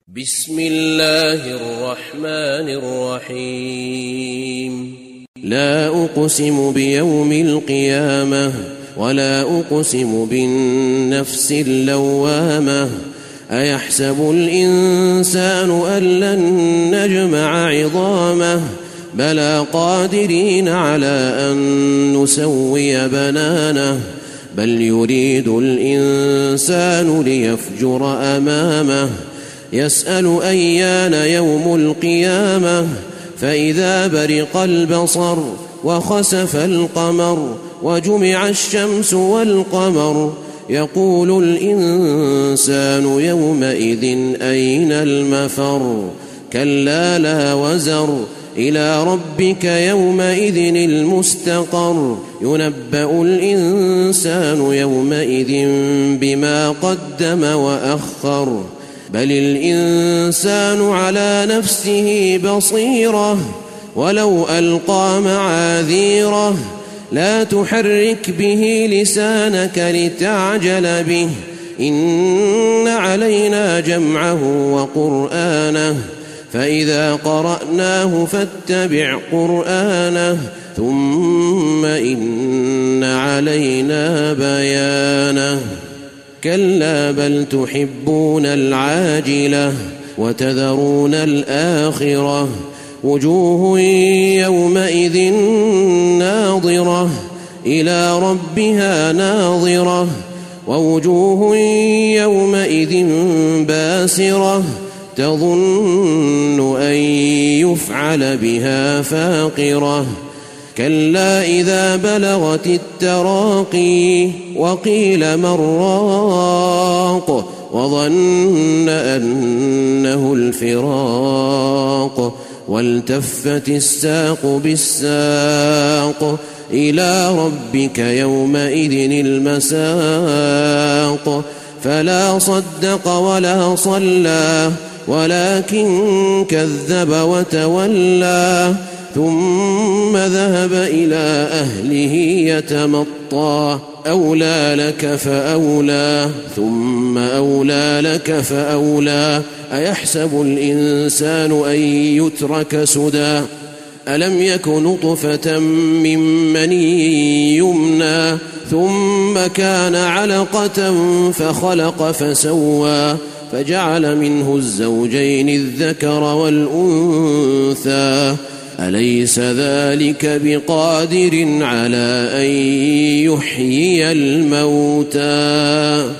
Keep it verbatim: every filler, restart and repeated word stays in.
بسم الله الرحمن الرحيم لا أقسم بيوم القيامة ولا أقسم بالنفس اللوامة أيحسب الإنسان أن لن نجمع عظامه بلى قادرين على أن نسوي بنانه بل يريد الإنسان ليفجر أمامه يسأل أيان يوم القيامة فإذا برق البصر وخسف القمر وجمع الشمس والقمر يقول الإنسان يومئذ أين المفر كلا لا وزر إلى ربك يومئذ المستقر ينبأ الإنسان يومئذ بما قدم وأخر بل الإنسان على نفسه بصيرة ولو ألقى معاذيره لا تحرك به لسانك لتعجل به إن علينا جمعه وقرآنه فإذا قرأناه فاتبع قرآنه ثم إن علينا بيانه كلا بل تحبون العاجلة وتذرون الآخرة وجوه يومئذ ناظرة إلى ربها ناظرة ووجوه يومئذ باسرة تظن أن يفعل بها فاقرة كلا إذا بلغت التراقي وقيل من راق وظن أنه الفراق والتفت الساق بالساق إلى ربك يومئذ المساق فلا صدق ولا صلى ولكن كذب وتولى ثم ذهب إلى أهله يتمطى أولى لك فأولى ثم أولى لك فأولى أيحسب الإنسان أن يترك سدى ألم يك نطفة من مني يمنى ثم كان علقة فخلق فسوى فجعل منه الزوجين الذكر والأنثى أليس ذلك بقادر على أن يحيي الموتى